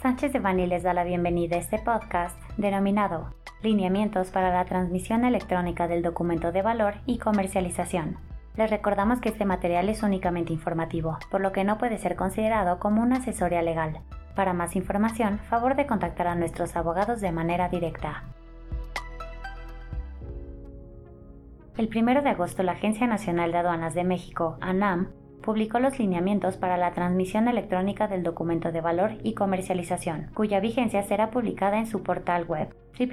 Sánchez de Bani les da la bienvenida a este podcast denominado Lineamientos para la transmisión electrónica del documento de valor y comercialización. Les recordamos que este material es únicamente informativo, por lo que no puede ser considerado como una asesoría legal. Para más información, favor de contactar a nuestros abogados de manera directa. El 1 de agosto, la Agencia Nacional de Aduanas de México, ANAM, publicó los lineamientos para la transmisión electrónica del documento de valor y comercialización, cuya vigencia será publicada en su portal web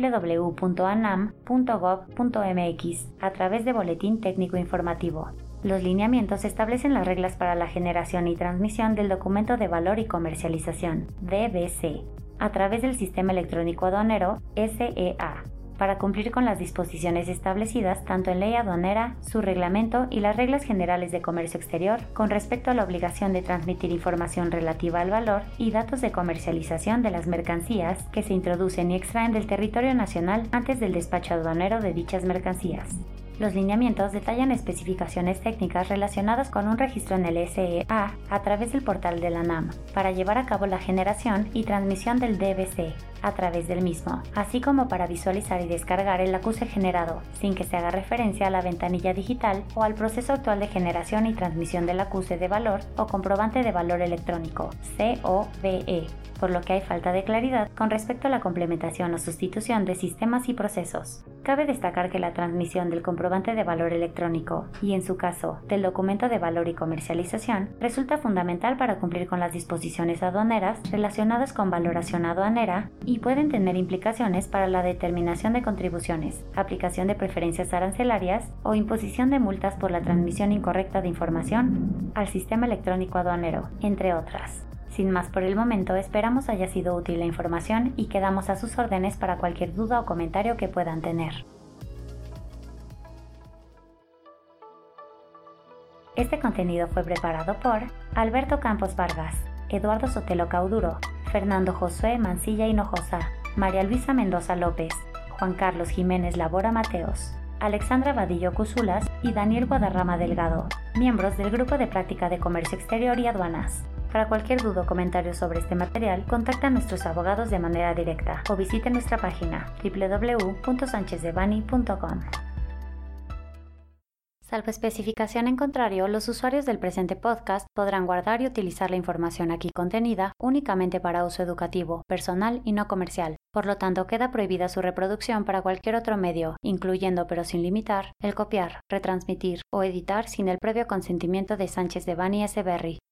www.anam.gov.mx a través de Boletín Técnico Informativo. Los lineamientos establecen las reglas para la generación y transmisión del documento de valor y comercialización, DBC, a través del Sistema Electrónico Aduanero, SEA, para cumplir con las disposiciones establecidas tanto en Ley Aduanera, su reglamento y las reglas generales de comercio exterior con respecto a la obligación de transmitir información relativa al valor y datos de comercialización de las mercancías que se introducen y extraen del territorio nacional antes del despacho aduanero de dichas mercancías. Los lineamientos detallan especificaciones técnicas relacionadas con un registro en el SEA a través del portal de la ANAM para llevar a cabo la generación y transmisión del DBC a través del mismo, así como para visualizar y descargar el acuse generado, sin que se haga referencia a la ventanilla digital o al proceso actual de generación y transmisión del acuse de valor o comprobante de valor electrónico, COVE, por lo que hay falta de claridad con respecto a la complementación o sustitución de sistemas y procesos. Cabe destacar que la transmisión del comprobante de valor electrónico y, en su caso, del documento de valor y comercialización resulta fundamental para cumplir con las disposiciones aduaneras relacionadas con valoración aduanera y pueden tener implicaciones para la determinación de contribuciones, aplicación de preferencias arancelarias o imposición de multas por la transmisión incorrecta de información al sistema electrónico aduanero, entre otras. Sin más por el momento, esperamos haya sido útil la información y quedamos a sus órdenes para cualquier duda o comentario que puedan tener. Este contenido fue preparado por Alberto Campos Vargas, Eduardo Sotelo Cauduro, Fernando Josué Mancilla Hinojosa, María Luisa Mendoza López, Juan Carlos Jiménez Labora Mateos, Alexandra Vadillo Cusulas y Daniel Guadarrama Delgado, miembros del Grupo de Práctica de Comercio Exterior y Aduanas. Para cualquier duda o comentario sobre este material, contacta a nuestros abogados de manera directa o visite nuestra página www.sanchezdebani.com. Salvo especificación en contrario, los usuarios del presente podcast podrán guardar y utilizar la información aquí contenida únicamente para uso educativo, personal y no comercial. Por lo tanto, queda prohibida su reproducción para cualquier otro medio, incluyendo pero sin limitar, el copiar, retransmitir o editar sin el previo consentimiento de Sánchez de Bani S. Berry.